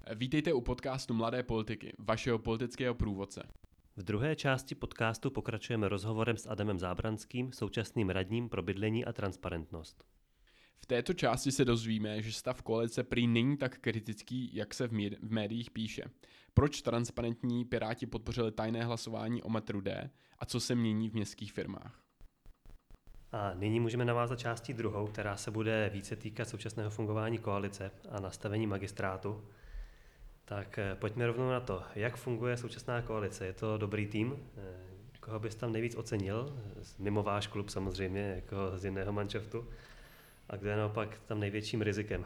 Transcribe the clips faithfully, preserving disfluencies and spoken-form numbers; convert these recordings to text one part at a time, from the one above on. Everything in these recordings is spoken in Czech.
Vítejte u podcastu Mladé politiky, vašeho politického průvodce. V druhé části podcastu pokračujeme rozhovorem s Adamem Zábranským, současným radním pro bydlení a transparentnost. V této části se dozvíme, že stav koalice prý není tak kritický, jak se v, mír, v médiích píše. Proč transparentní Piráti podpořili tajné hlasování o metru D a co se mění v městských firmách. A nyní můžeme navázat části druhou, která se bude více týkat současného fungování koalice a nastavení magistrátu. Tak pojďme rovnou na to, jak funguje současná koalice. Je to dobrý tým? Koho bys tam nejvíc ocenil? Mimo váš klub samozřejmě, jako z jiného manšaftu. A kdo je naopak tam největším rizikem?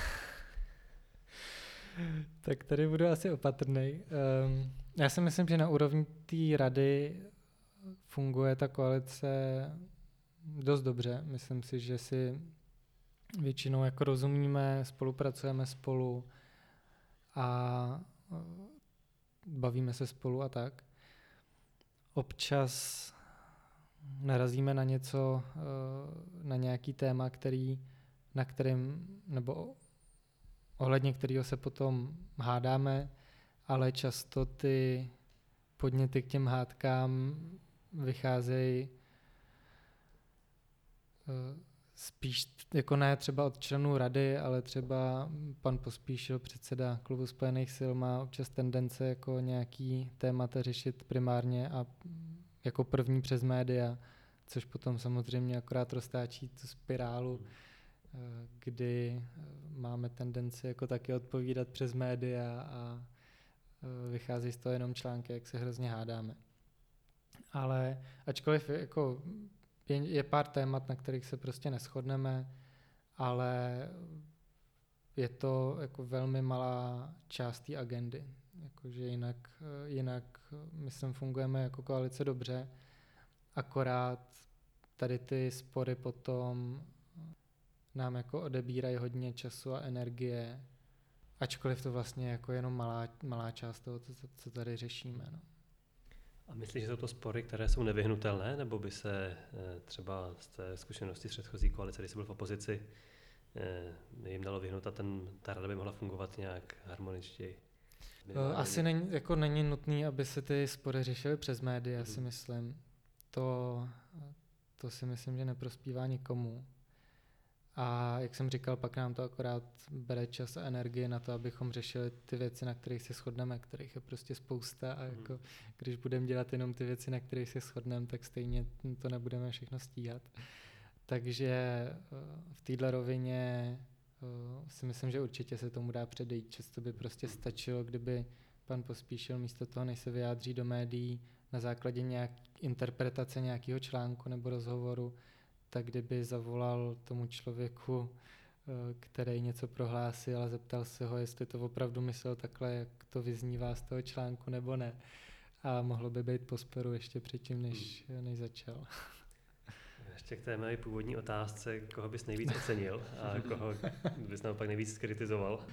Tak tady budu asi opatrnej. Um, já si myslím, že na úrovni té rady funguje ta koalice dost dobře. Myslím si, že si většinou jako rozumíme, spolupracujeme spolu a bavíme se spolu a tak. Občas narazíme na něco, na nějaký téma, který, na kterým, nebo ohledně kterého se potom hádáme, ale často ty podněty k těm hádkám vycházejí spíš jako ne třeba od členů rady, ale třeba pan Pospíšil, předseda Klubu spojených sil, má občas tendence jako nějaký témata řešit primárně a jako první přes média, což potom samozřejmě akorát roztáčí tu spirálu, kdy máme tendenci jako taky odpovídat přes média a vychází z toho jenom články, jak se hrozně hádáme. Ale ačkoliv jako je, je pár témat, na kterých se prostě neshodneme, ale je to jako velmi malá část té agendy. Jakože jinak, jinak, myslím, fungujeme jako koalice dobře, akorát tady ty spory potom nám jako odebírají hodně času a energie, ačkoliv to vlastně jako jenom malá, malá část toho, co, co tady řešíme. No. A myslíš, že jsou to spory, které jsou nevyhnutelné, nebo by se třeba z té zkušenosti z předchozí koalice, když jsi byl v opozici, jim dalo vyhnout a ten, ta rada by mohla fungovat nějak harmoničtěji? Asi není, jako není nutné, aby se ty spory řešily přes média, hmm. si myslím. To, to si myslím, že neprospívá nikomu. A jak jsem říkal, pak nám to akorát bere čas a energii na to, abychom řešili ty věci, na kterých se shodneme, kterých je prostě spousta a jako, když budeme dělat jenom ty věci, na kterých se shodneme, tak stejně to nebudeme všechno stíhat. Takže v této rovině si myslím, že určitě se tomu dá předejít. Často by prostě stačilo, kdyby pan Pospíšil místo toho, než se vyjádří do médií na základě nějak interpretace nějakého článku nebo rozhovoru, tak kdyby zavolal tomu člověku, který něco prohlásil a zeptal se ho, jestli to opravdu myslel takhle, jak to vyznívá z toho článku, nebo ne. A mohlo by být po sporu ještě předtím, než, než začal. Ještě k té mé původní otázce, koho bys nejvíc ocenil a koho bys naopak nejvíc kritizoval?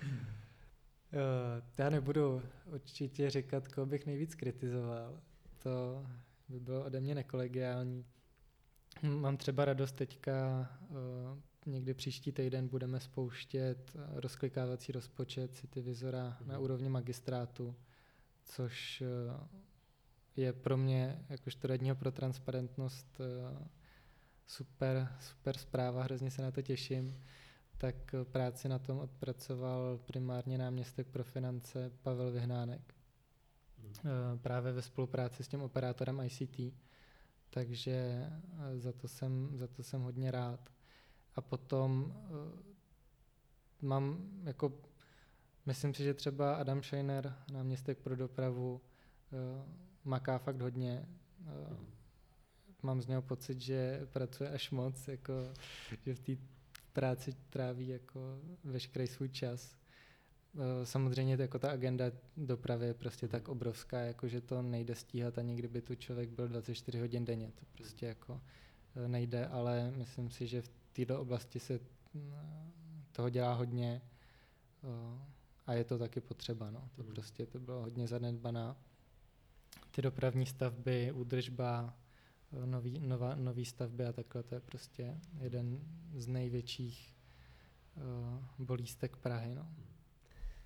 Já nebudu určitě říkat, koho bych nejvíc kritizoval. To by bylo ode mě nekolegiální. Mám třeba radost teďka, někdy příští týden budeme spouštět rozklikávací rozpočet Cityvizora na úrovni magistrátu, což je pro mě, jakožto radního pro transparentnost, super, super zpráva, hrozně se na to těším. Tak práci na tom odpracoval primárně náměstek pro finance Pavel Vyhnánek. Právě ve spolupráci s tím operátorem I C T. Takže za to jsem, za to jsem hodně rád. A potom uh, mám jako, myslím si, že třeba Adam Scheiner, náměstek pro dopravu, uh, maká fakt hodně. Uh, mám z něho pocit, že pracuje až moc, jako, že v té práci tráví jako veškerý svůj čas. Samozřejmě jako ta agenda dopravy je prostě tak obrovská, jako že to nejde stíhat, ani kdyby tu člověk byl dvacet čtyři hodin denně. To prostě jako nejde, ale myslím si, že v této oblasti se toho dělá hodně a je to taky potřeba. No. To prostě to bylo hodně zanedbaná. Ty dopravní stavby, údržba, nový, nová, nový stavby a takhle, to je prostě jeden z největších bolístek Prahy. No.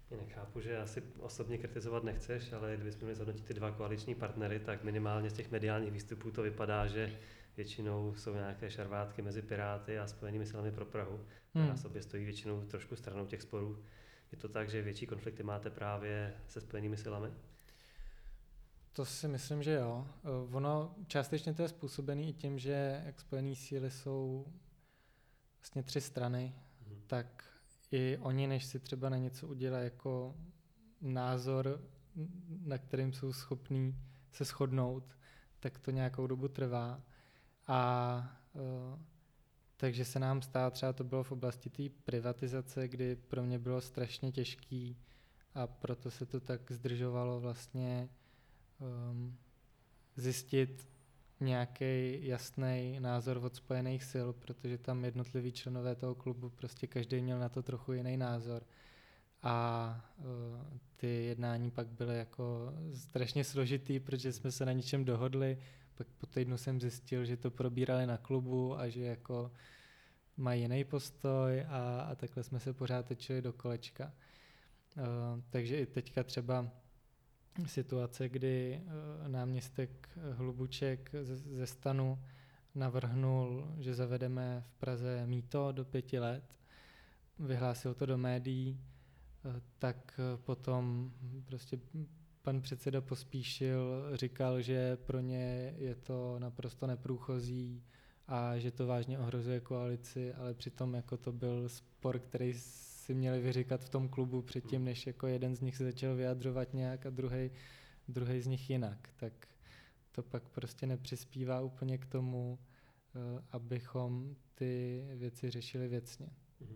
Jinak chápu, že asi osobně kritizovat nechceš, ale kdybychom měli zhodnotit ty dva koaliční partnery, tak minimálně z těch mediálních výstupů to vypadá, že většinou jsou nějaké šarvátky mezi Piráty a Spojenými silami pro Prahu, která Hmm. sobě stojí většinou trošku stranou těch sporů. Je to tak, že větší konflikty máte právě se Spojenými silami? To si myslím, že jo. Eh, Ono částečně to je způsobený i tím, že jak spojené síly jsou vlastně tři strany, Mhm. tak i oni, než si třeba na něco udělají jako názor, na kterým jsou schopní se shodnout, tak to nějakou dobu trvá. A uh, takže se nám stalo, třeba to bylo v oblasti té privatizace, kdy pro mě bylo strašně těžký a proto se to tak zdržovalo vlastně um, zjistit nějaký jasný názor od spojených sil, protože tam jednotliví členové toho klubu prostě každý měl na to trochu jiný názor. A uh, ty jednání pak byly jako strašně složitý, protože jsme se na ničem dohodli. Pak po týdnu jsem zjistil, že to probírali na klubu a že jako mají jiný postoj a, a takhle jsme se pořád točili do kolečka. Uh, takže i teďka třeba situace, kdy uh, náměstek Hlubuček ze, ze Stanu navrhnul, že zavedeme v Praze mýto do pěti let, vyhlásil to do médií, uh, tak uh, potom prostě pan předseda Pospíšil říkal, že pro ně je to naprosto neprůchozí a že to vážně ohrožuje koalici, ale přitom jako to byl spor, který si měli vyříkat v tom klubu předtím, než jako jeden z nich se začal vyjadřovat nějak a druhý druhý z nich jinak. Tak to pak prostě nepřispívá úplně k tomu, abychom ty věci řešili věcně.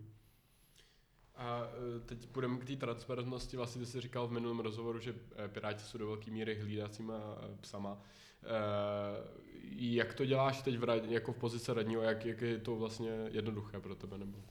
A teď půjdeme k té transparentnosti. Vlastně ty jsi říkal v minulém rozhovoru, že Piráti jsou do velké míry hlídacíma psama. Jak to děláš teď v rad, jako v pozici radního? Jak, jak je to vlastně jednoduché pro tebe? Nebo?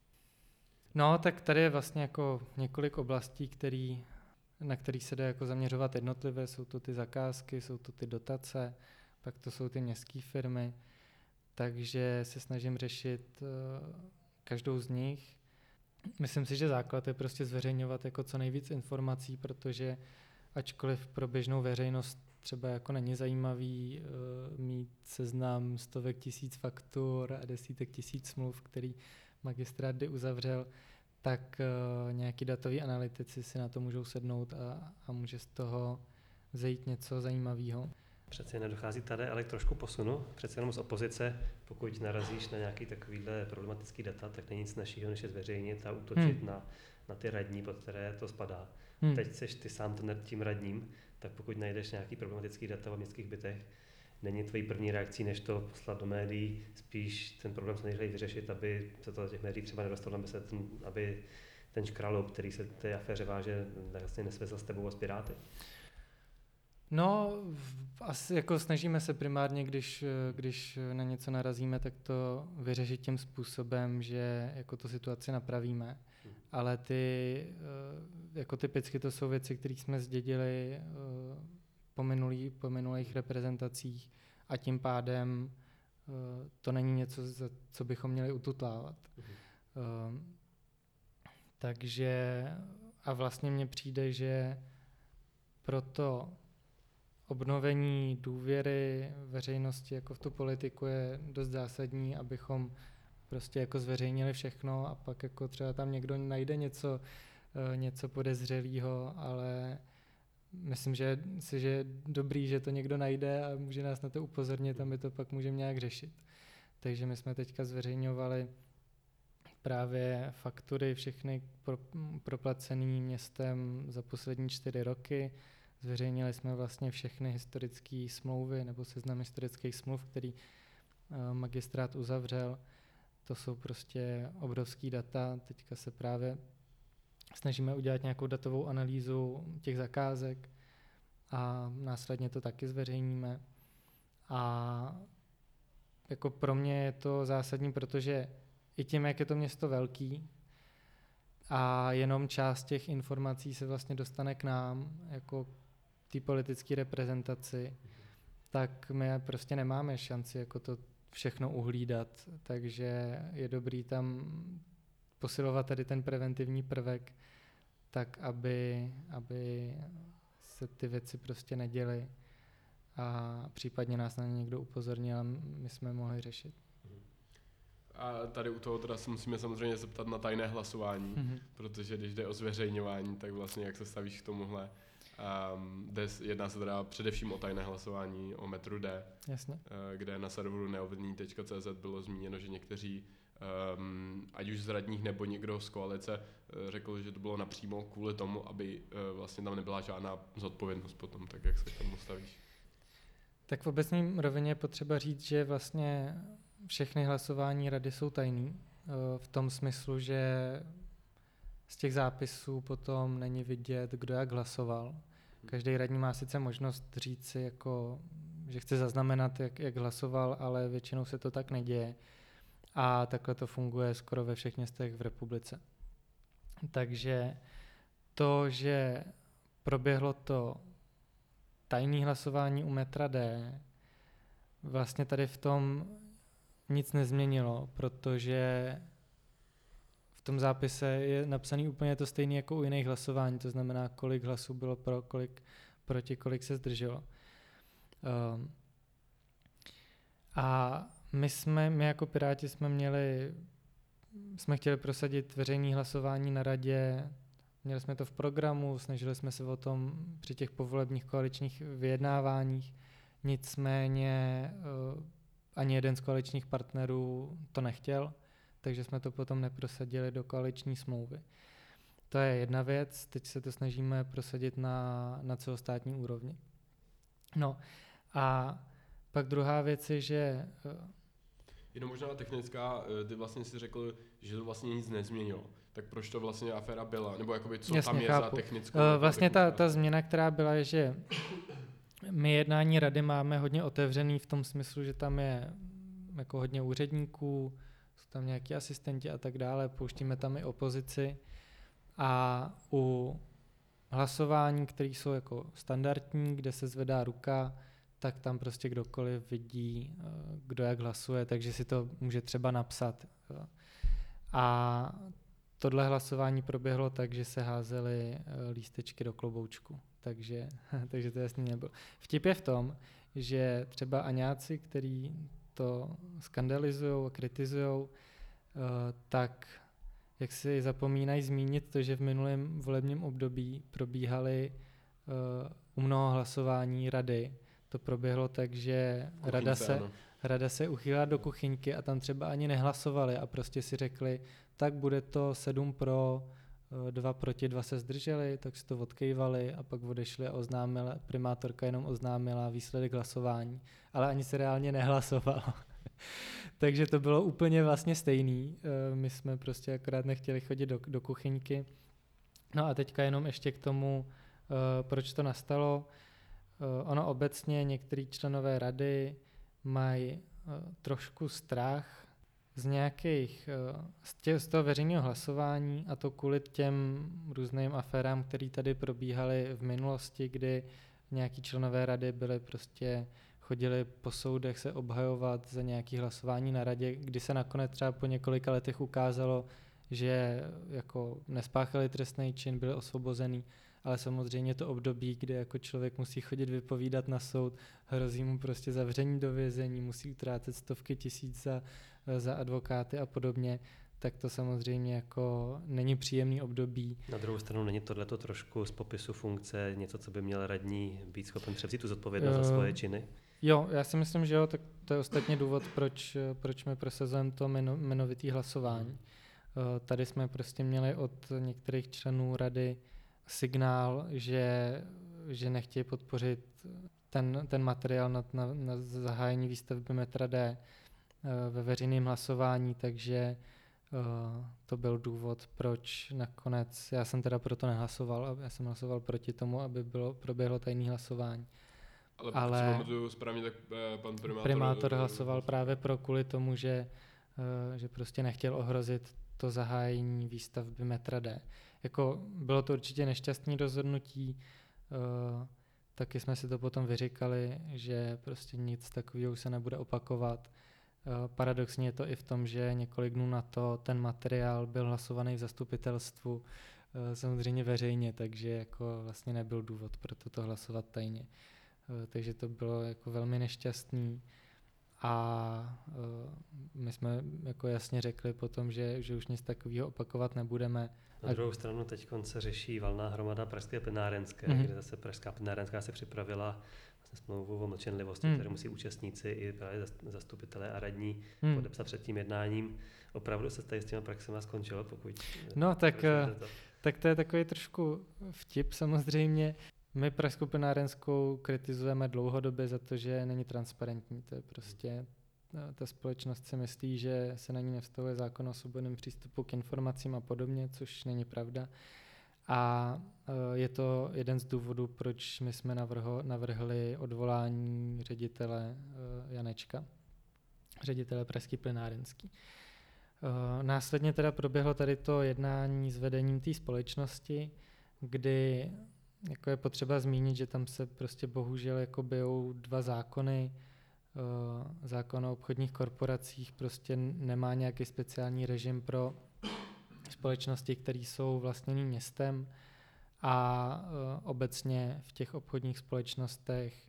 No, tak tady je vlastně jako několik oblastí, který, na který se dá jako zaměřovat jednotlivě. Jsou to ty zakázky, jsou to ty dotace, pak to jsou ty městské firmy. Takže se snažím řešit uh, každou z nich. Myslím si, že základ je prostě zveřejňovat jako co nejvíc informací, protože ačkoliv pro běžnou veřejnost třeba jako není zajímavý uh, mít seznam stovek tisíc faktur a desítek tisíc smluv, který magistrát kdy uzavřel, tak uh, nějaký datoví analytici si na to můžou sednout a, a může z toho vzejít něco zajímavého. Přece nedochází tady, ale k trošku posunu. Přece jenom z opozice, pokud narazíš na nějaký takovýhle problematický data, tak není nic našího, než je zveřejnit a útočit hmm. na, na ty radní, pod které to spadá. Hmm. Teď seš ty sám ten, tím radním, tak pokud najdeš nějaký problematický data o městských bytech, není tvojí první reakcí, než to poslat do médií, spíš ten problém se nejrychleji vyřešit, aby se to do těch médií třeba nedostalo, aby, se ten, aby ten škraloup, který se té aféře váže, vlastně nesvezl s tebou a s Piráty. No, asi jako snažíme se primárně, když, když na něco narazíme, tak to vyřešit tím způsobem, že jako tu situaci napravíme. Hmm. Ale ty, jako typicky to jsou věci, které jsme zdědili po, minulý, po minulých reprezentacích a tím pádem to není něco, co bychom měli ututlávat. Hmm. Takže a vlastně mně přijde, že proto obnovení důvěry veřejnosti jako v tu politiku je dost zásadní, abychom prostě jako zveřejnili všechno a pak jako třeba tam někdo najde něco, něco podezřelého, ale myslím, že si, že je dobrý, že to někdo najde a může nás na to upozornit a my to pak můžeme nějak řešit. Takže my jsme teďka zveřejňovali právě faktury všechny pro, proplacený městem za poslední čtyři roky. Zveřejnili jsme vlastně všechny historické smlouvy nebo seznam historických smluv, který magistrát uzavřel. To jsou prostě obrovský data. Teďka se právě snažíme udělat nějakou datovou analýzu těch zakázek a následně to taky zveřejníme. A jako pro mě je to zásadní, protože i tím, jak je to město velký a jenom část těch informací se vlastně dostane k nám, jako té politické reprezentaci, tak my prostě nemáme šanci jako to všechno uhlídat, takže je dobrý tam posilovat tady ten preventivní prvek tak aby, aby se ty věci prostě neděly a případně nás na ně někdo upozornil a my jsme mohli řešit. A tady u toho teda se musíme samozřejmě zeptat na tajné hlasování, mm-hmm. protože když jde o zveřejňování, tak vlastně jak se stavíš k tomuhle. Um, des, jedná se teda především o tajné hlasování, o metru D, Jasně. Uh, kde na serveru neovlivnění tečka cé zet bylo zmíněno, že někteří, um, ať už z radních nebo někdo z koalice, uh, řekl, že to bylo napřímo kvůli tomu, aby uh, vlastně tam nebyla žádná zodpovědnost potom, tak jak se k tomu stavíš? Tak v obecné rovině je potřeba říct, že vlastně všechny hlasování rady jsou tajný, uh, v tom smyslu, že z těch zápisů potom není vidět, kdo jak hlasoval. Každý radní má sice možnost říct si, jako, že chce zaznamenat, jak, jak hlasoval, ale většinou se to tak neděje. A takhle to funguje skoro ve všech městech v republice. Takže to, že proběhlo to tajné hlasování u metra D, vlastně tady v tom nic nezměnilo, protože v tom zápise je napsaný úplně to stejné jako u jiných hlasování, to znamená, kolik hlasů bylo pro, kolik proti, kolik se zdrželo. Um, a my jsme, my jako Piráti jsme měli, jsme chtěli prosadit veřejné hlasování na radě, měli jsme to v programu, snažili jsme se o tom při těch povolebních koaličních vyjednáváních, nicméně uh, ani jeden z koaličních partnerů to nechtěl, takže jsme to potom neprosadili do koaliční smlouvy. To je jedna věc, teď se to snažíme prosadit na, na celostátní úrovni. No a pak druhá věc je, že... Jenom možná technická, ty vlastně si řekl, že to vlastně nic nezměnilo. Tak proč to vlastně aféra byla? Nebo jakoby co Jasně, tam je chápu. za technickou? Vlastně ta, ta změna, která byla, je, že my jednání rady máme hodně otevřený v tom smyslu, že tam je jako hodně úředníků, jsou tam nějaký asistenti a tak dále, pouštíme tam i opozici a u hlasování, které jsou jako standardní, kde se zvedá ruka, tak tam prostě kdokoliv vidí, kdo jak hlasuje, takže si to může třeba napsat. A tohle hlasování proběhlo tak, že se házely lístečky do kloboučku, takže, takže to jasný nebylo. Vtip je v tom, že třeba Aňáci, který to skandalizují a kritizujou, tak jak si zapomínají zmínit to, že v minulém volebním období probíhaly u mnoho hlasování rady. To proběhlo tak, že Kuchyňce, rada se, rada se uchýlila do kuchyňky a tam třeba ani nehlasovali a prostě si řekli, tak bude to sedm pro, dva proti, dva se zdrželi, tak si to odkejvali a pak odešli a oznámila, primátorka jenom oznámila výsledek hlasování, ale ani se reálně nehlasovalo. Takže to bylo úplně vlastně stejný. My jsme prostě akorát nechtěli chodit do, do kuchyňky. No a teďka jenom ještě k tomu, proč to nastalo. Ono obecně některý členové rady mají trošku strach z nějakých, z, tě, z toho veřejného hlasování a to kvůli těm různým aférám, které tady probíhaly v minulosti, kdy nějaký členové rady byly prostě chodili po soudech se obhajovat za nějaké hlasování na radě, kdy se nakonec třeba po několika letech ukázalo, že jako nespáchali trestný čin, byli osvobozený, ale samozřejmě to období, kdy jako člověk musí chodit vypovídat na soud, hrozí mu prostě zavření do vězení, musí utrácet stovky tisíc za, za advokáty a podobně, tak to samozřejmě jako není příjemný období. Na druhou stranu není tohleto trošku z popisu funkce něco, co by měl radní být schopen převzít tu zodpovědnost uh, za svoje činy? Jo, já si myslím, že jo, tak to je ostatně důvod, proč, proč my prosazujeme to jmeno, jmenovitý hlasování. Uh, tady jsme prostě měli od některých členů rady signál, že, že nechtějí podpořit ten, ten materiál na, na, na zahájení výstavby metra D uh, ve veřejném hlasování, takže uh, to byl důvod, proč nakonec, já jsem teda proto nehlasoval, já jsem hlasoval proti tomu, aby bylo, proběhlo tajné hlasování. Ale, ale pokud správně, tak pan primátor... Primátor hlasoval právě pro kvůli tomu, že, že prostě nechtěl ohrozit to zahájení výstavby metra D. Jako bylo to určitě nešťastné rozhodnutí, taky jsme si to potom vyříkali, že prostě nic takového se nebude opakovat. Paradoxně je to i v tom, že několik dnů na to ten materiál byl hlasovaný v zastupitelstvu samozřejmě veřejně, takže jako vlastně nebyl důvod pro toto hlasovat tajně. Takže to bylo jako velmi nešťastný a my jsme jako jasně řekli potom, že, že už nic takového opakovat nebudeme. Na druhou stranu teď se řeší valná hromada Pražské plynárenské, mm-hmm. kde zase Pražská plynárenská se připravila vlastně smlouvu o mlčenlivosti, mm. které musí účastníci i právě zastupitelé a radní mm. podepsat před tím jednáním. Opravdu se tady s těma praxema skončilo, pokud... No tak to. tak to je takový trošku vtip samozřejmě. My Pražskou plynárenskou kritizujeme dlouhodobě za to, že není transparentní. To je prostě, ta společnost si myslí, že se na ní nevztahuje zákon o svobodném přístupu k informacím a podobně, což není pravda. A je to jeden z důvodů, proč my jsme navrho, navrhli odvolání ředitele Janečka, ředitele Pražský plynárenský. Následně teda proběhlo tady to jednání s vedením té společnosti, kdy jako je potřeba zmínit, že tam se prostě bohužel jako bijou dva zákony. Zákon o obchodních korporacích prostě nemá nějaký speciální režim pro společnosti, které jsou vlastněný městem a obecně v těch obchodních společnostech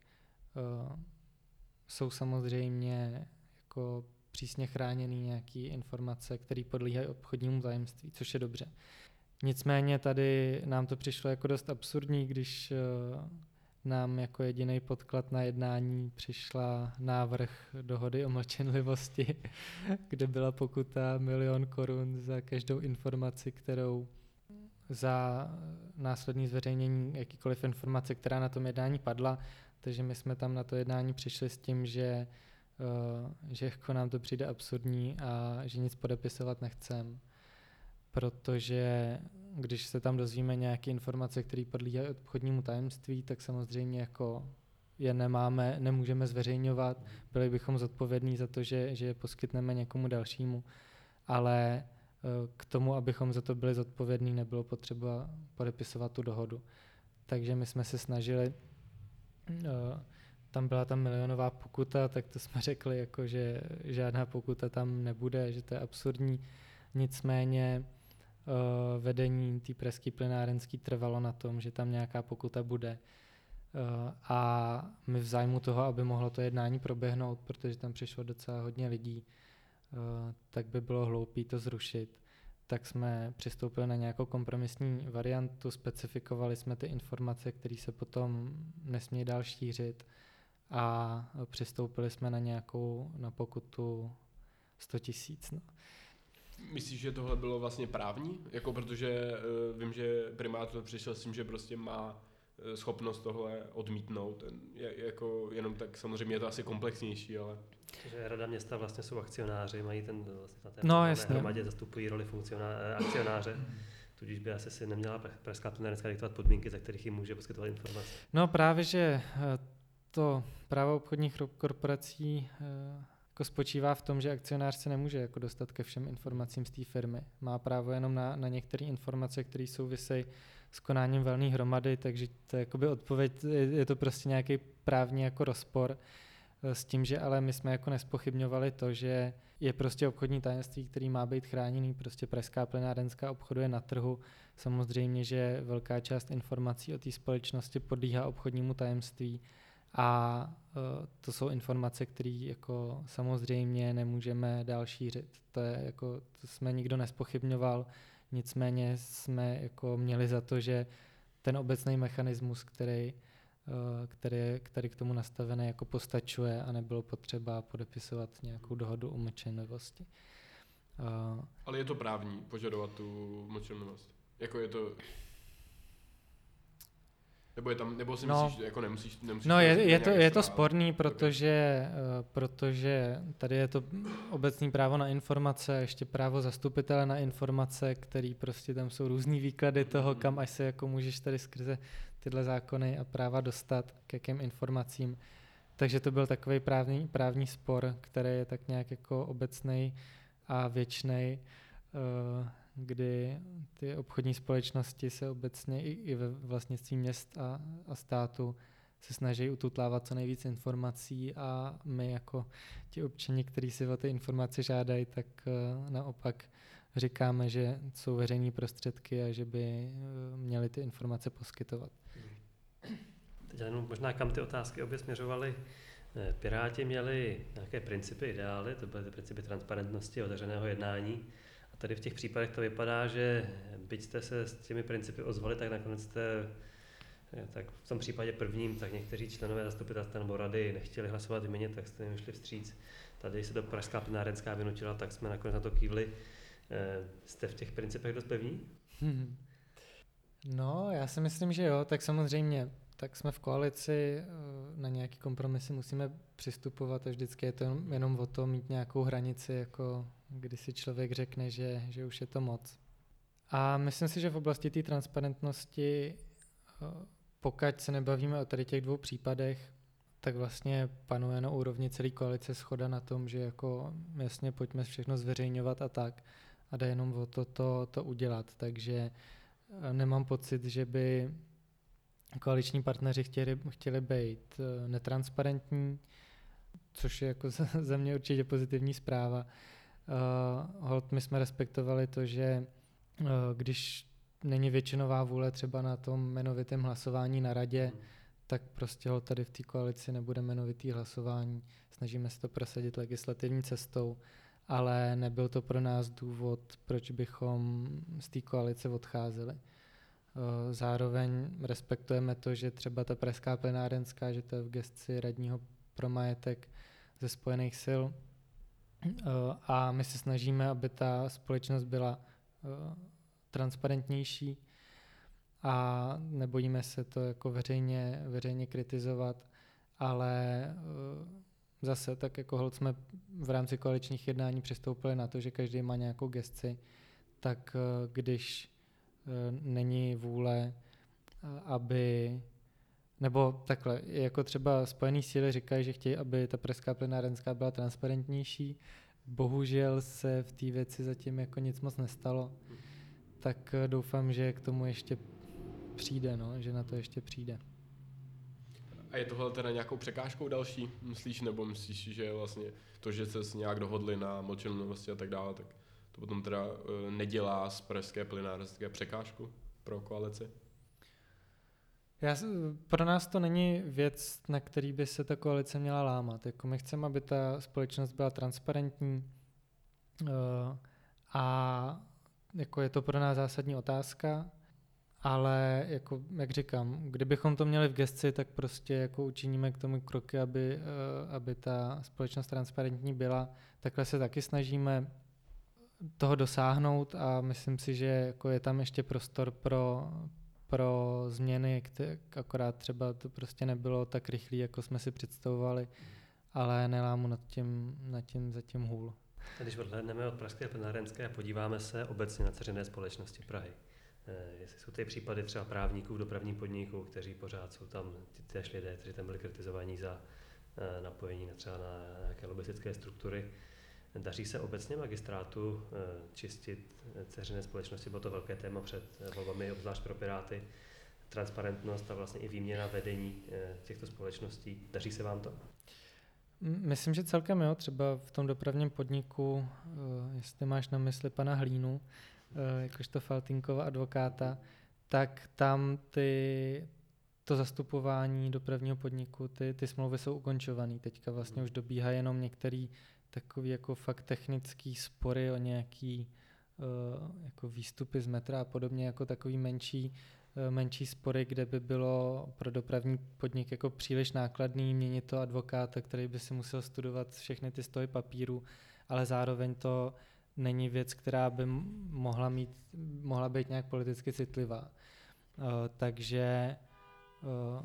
jsou samozřejmě jako přísně chráněný nějaké informace, které podléhají obchodnímu tajemství, což je dobře. Nicméně tady nám to přišlo jako dost absurdní, když nám jako jediný podklad na jednání přišla návrh dohody o mlčenlivosti, kde byla pokuta milion korun za každou informaci, kterou za následné zveřejnění jakýkoliv informace, která na tom jednání padla. Takže my jsme tam na to jednání přišli s tím, že, že jako nám to přijde absurdní a že nic podepisovat nechcem. Protože když se tam dozvíme nějaké informace, které podléhají obchodnímu tajemství, tak samozřejmě jako je nemáme, nemůžeme zveřejňovat, byli bychom zodpovědní za to, že, že je poskytneme někomu dalšímu, ale k tomu, abychom za to byli zodpovědní, nebylo potřeba podepisovat tu dohodu. Takže my jsme se snažili, tam byla tam milionová pokuta, tak to jsme řekli, jako, že žádná pokuta tam nebude, že to je absurdní. Nicméně uh, vedení té Pražské plynárenské trvalo na tom, že tam nějaká pokuta bude. Uh, a my v zájmu toho, aby mohlo to jednání proběhnout, protože tam přišlo docela hodně lidí, uh, tak by bylo hloupé to zrušit. Tak jsme přistoupili na nějakou kompromisní variantu, specifikovali jsme ty informace, které se potom nesmějí dál šířit a přistoupili jsme na nějakou na pokutu sto tisíc. No. Myslíš, že tohle bylo vlastně právní? Jako protože uh, vím, že primátor přišel s tím, že prostě má uh, schopnost tohle odmítnout. Je, jako jenom tak samozřejmě je to asi komplexnější, ale... Že Rada města vlastně jsou akcionáři, mají ten vlastně na té no, hromadě zastupují roli funkcionáře, akcionáře. Tudíž by asi si neměla Pražská plynárenská diktovat podmínky, za kterých jim může poskytovat informace. No právě, že to právo obchodních korporací jako spočívá v tom, že akcionář se nemůže jako dostat ke všem informacím z té firmy. Má právo jenom na, na některé informace, které souvisejí s konáním valné hromady, takže to je jakoby odpověď, je, je to prostě nějaký právní jako rozpor s tím, že ale my jsme jako nespochybňovali to, že je prostě obchodní tajemství, který má být chráněný, prostě Pražská plynárenská obchoduje na trhu. Samozřejmě, že velká část informací o té společnosti podléhá obchodnímu tajemství a uh, to jsou informace, které jako samozřejmě nemůžeme dál šířit. To je jako, to jsme nikdo nespochybňoval, nicméně jsme jako měli za to, že ten obecný mechanismus, který Který, který k tomu nastavený jako postačuje a nebylo potřeba podepisovat nějakou dohodu o mlčenlivosti. Uh, Ale je to právní požadovat tu mlčenlivost? Jako je to... Nebo je tam, nebo si no, myslíš, jako nemusíš... nemusíš no je, je, to, je to sporný, protože, uh, protože tady je to obecný právo na informace, ještě právo zastupitele na informace, který prostě tam jsou různý výklady toho, kam až se jako můžeš tady skrze tyhle zákony a práva dostat k jakým informacím. Takže to byl takový právní, právní spor, který je tak nějak jako obecnej a věčnej, uh, kdy ty obchodní společnosti se obecně i, i ve vlastnictví měst a, a státu se snaží ututlávat co nejvíc informací a my jako ti občani, kteří si o ty informace žádají, tak uh, naopak říkáme, že jsou veřejné prostředky a že by měly ty informace poskytovat. Teď jenom možná kam ty otázky obě směřovaly. Piráti měli nějaké principy, ideály, to byly ty principy transparentnosti, otevřeného jednání. A tady v těch případech to vypadá, že byť jste se s těmi principy ozvali, tak nakonec jste, tak v tom případě prvním, tak někteří členové zastupitelstva nebo rady nechtěli hlasovat jméně, tak jste jim šli vstříc. Tady se to Pražská plenárenská vynutila, tak jsme nakonec na to kývli. Jste v těch principech dost pevní? Hmm. No, já si myslím, že jo, tak samozřejmě, tak jsme v koalici, na nějaký kompromisy musíme přistupovat a vždycky je to jenom o tom mít nějakou hranici, jako kdy si člověk řekne, že, že už je to moc. A myslím si, že v oblasti té transparentnosti, pokud se nebavíme o tady těch dvou případech, tak vlastně panuje na úrovni celé koalice shoda na tom, že jako jasně pojďme všechno zveřejňovat a tak. A jde jenom o to, to, to udělat. Takže nemám pocit, že by koaliční partneři chtěli, chtěli být netransparentní, což je jako za mě určitě pozitivní zpráva. Uh, hold, my jsme respektovali to, že uh, když není většinová vůle třeba na tom jmenovitém hlasování na radě, hmm. tak prostě hold tady v té koalici nebude jmenovitý hlasování. Snažíme se to prosadit legislativní cestou, ale nebyl to pro nás důvod, proč bychom z té koalice odcházeli. Zároveň respektujeme to, že třeba ta pražská plenárenská, že to je v gesci radního pro majetek ze Spojených sil a my se snažíme, aby ta společnost byla transparentnější a nebojíme se to jako veřejně, veřejně kritizovat, ale zase tak jako holt jsme v rámci koaličních jednání přistoupili na to, že každý má nějakou gesci, tak když není vůle, aby, nebo takhle, jako třeba Spojený síly říkají, že chtějí, aby ta pražská plenárenská byla transparentnější, bohužel se v té věci zatím jako nic moc nestalo, tak doufám, že k tomu ještě přijde, no, že na to ještě přijde. A je tohle teda nějakou překážkou další, myslíš, nebo myslíš, že vlastně to, že se nějak dohodli na mlčenlivosti a tak dále, tak to potom teda nedělá z pražské plynárenské překážku pro koalici? Já, pro nás to není věc, na který by se ta koalice měla lámat. Jako my chceme, aby ta společnost byla transparentní uh, a jako je to pro nás zásadní otázka, ale jako, jak říkám, kdybychom to měli v gesci, tak prostě jako učiníme k tomu kroky, aby, uh, aby ta společnost transparentní byla. Takhle se taky snažíme toho dosáhnout a myslím si, že jako je tam ještě prostor pro, pro změny, které, akorát třeba to prostě nebylo tak rychlé, jako jsme si představovali, ale nelámu nad tím, nad tím zatím hůl. A když odhlédneme od pražské plenárenské a podíváme se obecně na dceřiné společnosti Prahy, jestli jsou ty případy třeba právníků v dopravním podniku, kteří pořád jsou tam též lidé, kteří tam byli kritizovaní za napojení na třeba na nějaké lobistické struktury, daří se obecně magistrátu čistit dceřiné společnosti, bylo to velké téma před volbami, obzvlášť pro Piráty, transparentnost a vlastně i výměna vedení těchto společností. Daří se vám to? Myslím, že celkem jo, třeba v tom dopravním podniku, jestli máš na mysli pana Hlínu, jakožto Faltýnkova advokáta, tak tam ty, to zastupování dopravního podniku, ty, ty smlouvy jsou ukončované. Teďka vlastně už dobíhá jenom některý takový jako fakt technický spory o nějaký uh, jako výstupy z metra a podobně, jako takový menší, uh, menší spory, kde by bylo pro dopravní podnik jako příliš nákladný měnit to advokáta, který by si musel studovat všechny ty stohy papíru, ale zároveň to není věc, která by mohla, mít, mohla být nějak politicky citlivá. Uh, takže uh,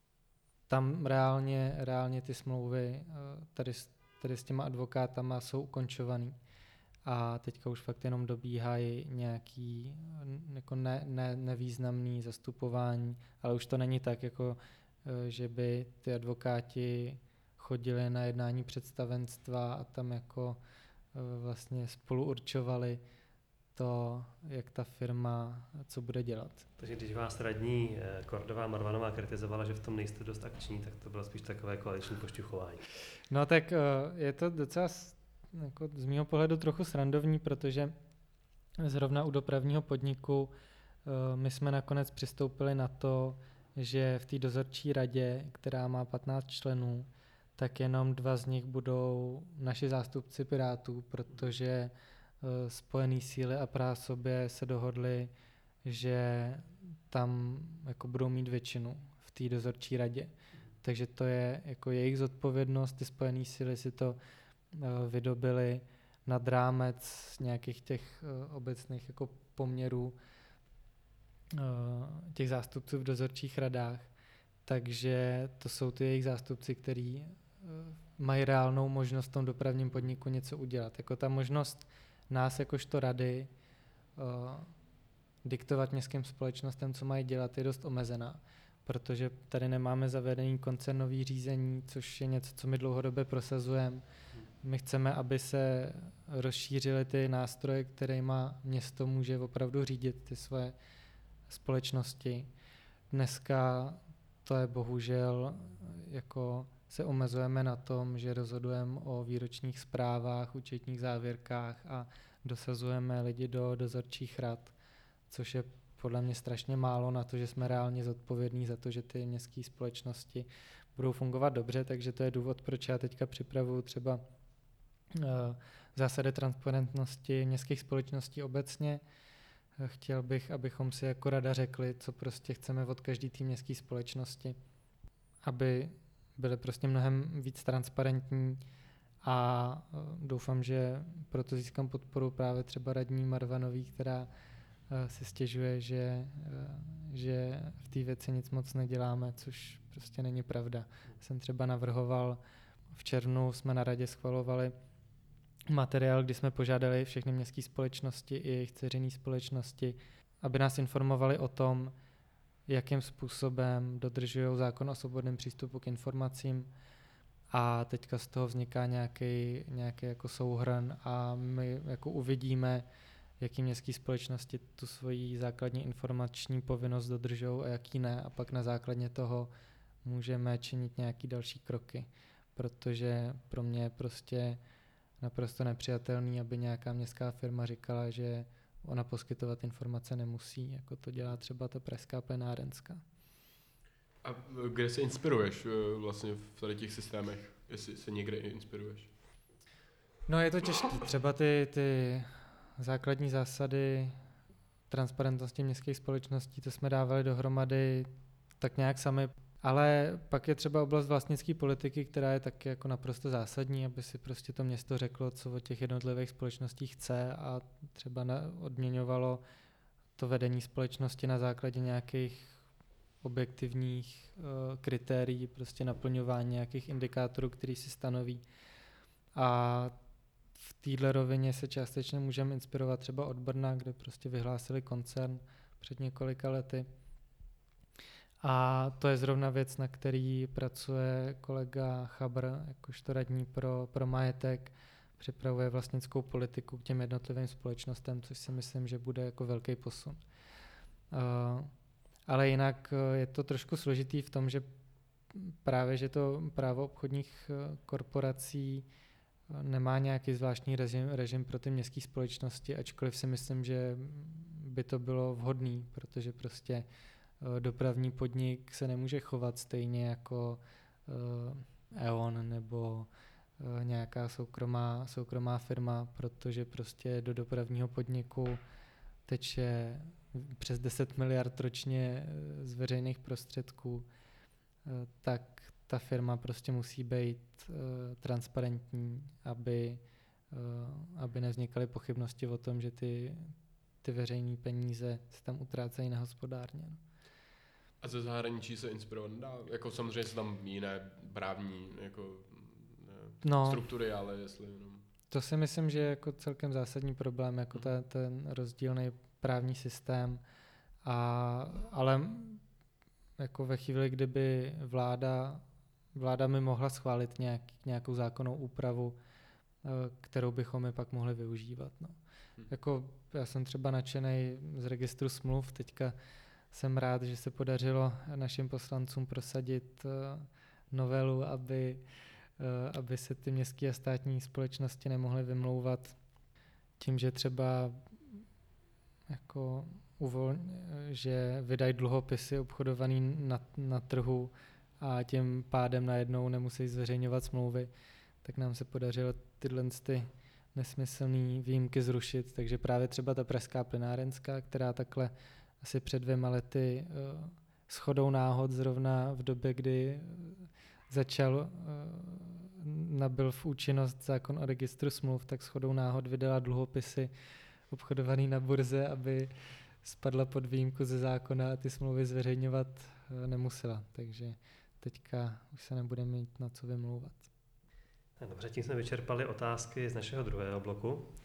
tam reálně, reálně ty smlouvy uh, tady tady s těma advokátama jsou ukončovaný a teďka už fakt jenom dobíhají nějaký jako ne, ne, nevýznamný zastupování, ale už to není tak, jako, že by ty advokáti chodili na jednání představenstva a tam jako vlastně spolu určovali to, jak ta firma, co bude dělat. Takže když vás radní Kordová Marvanová kritizovala, že v tom nejste dost akční, tak to bylo spíš takové koaliční pošťuchování. No tak je to docela jako z mýho pohledu trochu srandovní, protože zrovna u dopravního podniku my jsme nakonec přistoupili na to, že v té dozorčí radě, která má patnáct členů, tak jenom dva z nich budou naši zástupci Pirátů, protože Spojené síly a Praha sobě se dohodli, že tam jako budou mít většinu v té dozorčí radě. Takže to je jako jejich zodpovědnost, ty Spojené síly si to vydobili nad rámec nějakých těch obecných jako poměrů těch zástupců v dozorčích radách. Takže to jsou ty jejich zástupci, kteří mají reálnou možnost v tom dopravním podniku něco udělat. Jako ta možnost nás jakožto rady uh, diktovat městským společnostem, co mají dělat, je dost omezená, protože tady nemáme zavedený koncernový řízení, což je něco, co my dlouhodobě prosazujeme. My chceme, aby se rozšířily ty nástroje, kterýma město může opravdu řídit ty svoje společnosti. Dneska to je bohužel, jako se omezujeme na tom, že rozhodujeme o výročních zprávách, účetních závěrkách a dosazujeme lidi do dozorčích rad, což je podle mě strašně málo na to, že jsme reálně zodpovědní za to, že ty městské společnosti budou fungovat dobře, takže to je důvod, proč já teďka připravuju třeba uh, zásady transparentnosti městských společností obecně. Chtěl bych, abychom si jako rada řekli, co prostě chceme od každé té městské společnosti, aby byly prostě mnohem víc transparentní a doufám, že proto získám podporu právě třeba radní Marvanový, která si stěžuje, že, že v té věci nic moc neděláme, což prostě není pravda. Jsem třeba navrhoval, v červnu jsme na radě schvalovali materiál, kdy jsme požádali všechny městské společnosti i jejich dceřiné společnosti, aby nás informovali o tom, jakým způsobem dodržují zákon o svobodném přístupu k informacím a teďka z toho vzniká nějaký, nějaký jako souhrn a my jako uvidíme, jaký městské společnosti tu svoji základní informační povinnost dodržují a jaký ne a pak na základě toho můžeme činit nějaké další kroky, protože pro mě je prostě naprosto nepřijatelný, aby nějaká městská firma říkala, že ona poskytovat informace nemusí, jako to dělá třeba ta pražská plenárenská. A kde se inspiruješ vlastně v tady těch systémech, jestli se někde inspiruješ? No je to těžké, třeba ty, ty základní zásady transparentnosti městských společností, to jsme dávali dohromady tak nějak sami, ale pak je třeba oblast vlastnické politiky, která je taky jako naprosto zásadní, aby si prostě to město řeklo, co od těch jednotlivých společností chce a třeba na, odměňovalo to vedení společnosti na základě nějakých objektivních uh, kritérií, prostě naplňování nějakých indikátorů, který si stanoví. A v téhle rovině se částečně můžeme inspirovat třeba od Brna, kde prostě vyhlásili koncern před několika lety. A to je zrovna věc, na který pracuje kolega Chabr, jakožto radní pro, pro majetek, připravuje vlastnickou politiku k těm jednotlivým společnostem, což si myslím, že bude jako velký posun. Uh, ale jinak je to trošku složitý v tom, že právě, že to právo obchodních korporací nemá nějaký zvláštní režim, režim pro ty městské společnosti, ačkoliv si myslím, že by to bylo vhodný, protože prostě dopravní podnik se nemůže chovat stejně jako uh, E O N nebo uh, nějaká soukromá, soukromá firma, protože prostě do dopravního podniku teče přes deset miliard ročně z veřejných prostředků, uh, tak ta firma prostě musí být uh, transparentní, aby, uh, aby nevznikaly pochybnosti o tom, že ty, ty veřejné peníze se tam utrácejí nehospodárně. A ze zahraničí se inspirovat dá? Jako samozřejmě jsou tam jiné právní jako, ne, no, struktury, ale jestli jenom... To si myslím, že je jako celkem zásadní problém, jako ta, ten rozdílný právní systém, a, ale jako ve chvíli, kdyby vláda, vláda mi mohla schválit nějak, nějakou zákonnou úpravu, kterou bychom my pak mohli využívat. No. Hmm. Jako já jsem třeba nadšenej z registru smluv, teďka jsem rád, že se podařilo našim poslancům prosadit uh, novelu, aby, uh, aby se ty městské a státní společnosti nemohly vymlouvat tím, že třeba jako uvol, že vydají dluhopisy obchodovaný na, na trhu a tím pádem najednou nemusí zveřejňovat smlouvy, tak nám se podařilo tyhle ty nesmyslné výjimky zrušit. Takže právě třeba ta pražská plynárenská, která takhle asi před dvěma lety uh, shodou náhod zrovna v době, kdy začal, uh, nabyl v účinnost zákon o registru smluv, tak shodou náhod vydala dluhopisy obchodovaný na burze, aby spadla pod výjimku ze zákona a ty smlouvy zveřejňovat uh, nemusela. Takže teďka už se nebudeme mít na co vymlouvat. Dobře, tím jsme vyčerpali otázky z našeho druhého bloku.